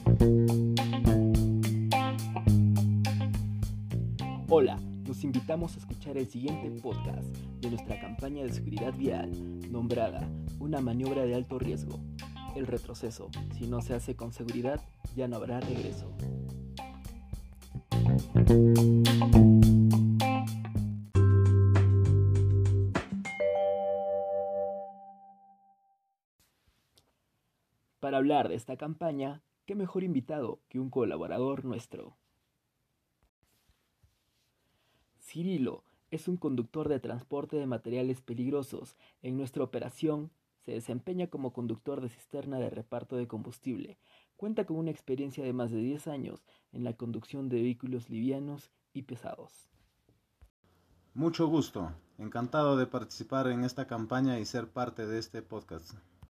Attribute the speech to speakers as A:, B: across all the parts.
A: Hola, los invitamos a escuchar el siguiente podcast de nuestra campaña de seguridad vial, nombrada Una maniobra de alto riesgo. El retroceso, si no se hace con seguridad, ya no habrá regreso. Para hablar de esta campaña, qué mejor invitado que un colaborador nuestro. Cirilo es un conductor de transporte de materiales peligrosos. En nuestra operación se desempeña como conductor de cisterna de reparto de combustible. Cuenta con una experiencia de más de 10 años en la conducción de vehículos livianos y pesados.
B: Mucho gusto, encantado de participar en esta campaña y ser parte de este podcast.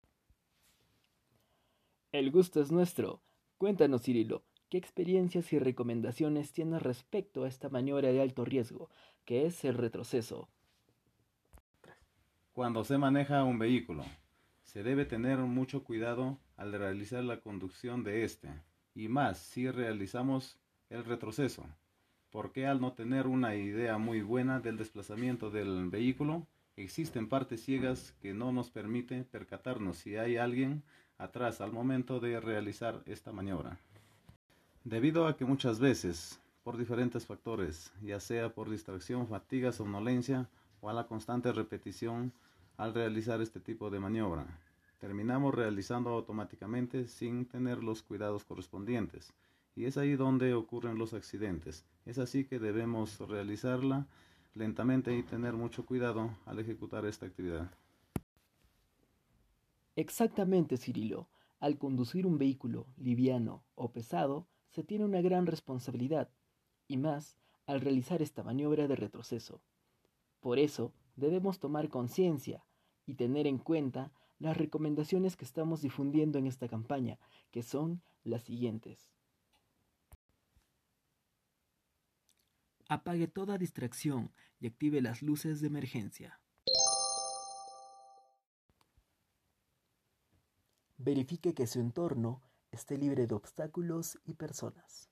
A: El gusto es nuestro. Cuéntanos, Cirilo, ¿qué experiencias y recomendaciones tienes respecto a esta maniobra de alto riesgo, que es el retroceso?
B: Cuando se maneja un vehículo, se debe tener mucho cuidado al realizar la conducción de este, y más si realizamos el retroceso, porque al no tener una idea muy buena del desplazamiento del vehículo, existen partes ciegas que no nos permiten percatarnos si hay alguien atrás al momento de realizar esta maniobra. Debido a que muchas veces, por diferentes factores, ya sea por distracción, fatiga, somnolencia o a la constante repetición al realizar este tipo de maniobra, terminamos realizando automáticamente sin tener los cuidados correspondientes. Y es ahí donde ocurren los accidentes. Es así que debemos realizarla lentamente y tener mucho cuidado al ejecutar esta actividad.
A: Exactamente, Cirilo. Al conducir un vehículo liviano o pesado, se tiene una gran responsabilidad, y más al realizar esta maniobra de retroceso. Por eso, debemos tomar conciencia y tener en cuenta las recomendaciones que estamos difundiendo en esta campaña, que son las siguientes. Apague toda distracción y active las luces de emergencia. Verifique que su entorno esté libre de obstáculos y personas.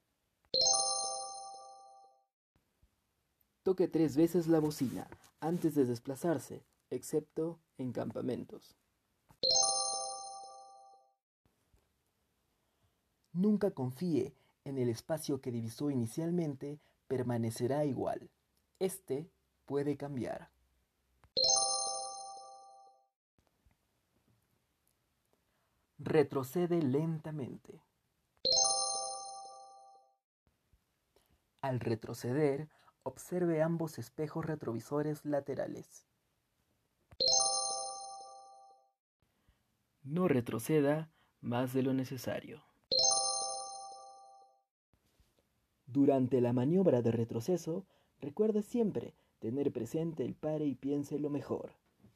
A: Toque 3 veces la bocina antes de desplazarse, excepto en campamentos. Nunca confíe en el espacio que divisó inicialmente, permanecerá igual. Este puede cambiar. Retrocede lentamente. Al retroceder, observe ambos espejos retrovisores laterales. No retroceda más de lo necesario. Durante la maniobra de retroceso, recuerde siempre tener presente el pare y piense lo mejor.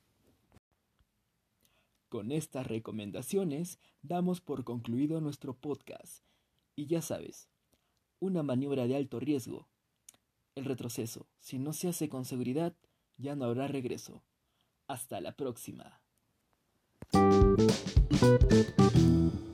A: Con estas recomendaciones damos por concluido nuestro podcast. Y ya sabes, una maniobra de alto riesgo. El retroceso, si no se hace con seguridad, ya no habrá regreso. Hasta la próxima.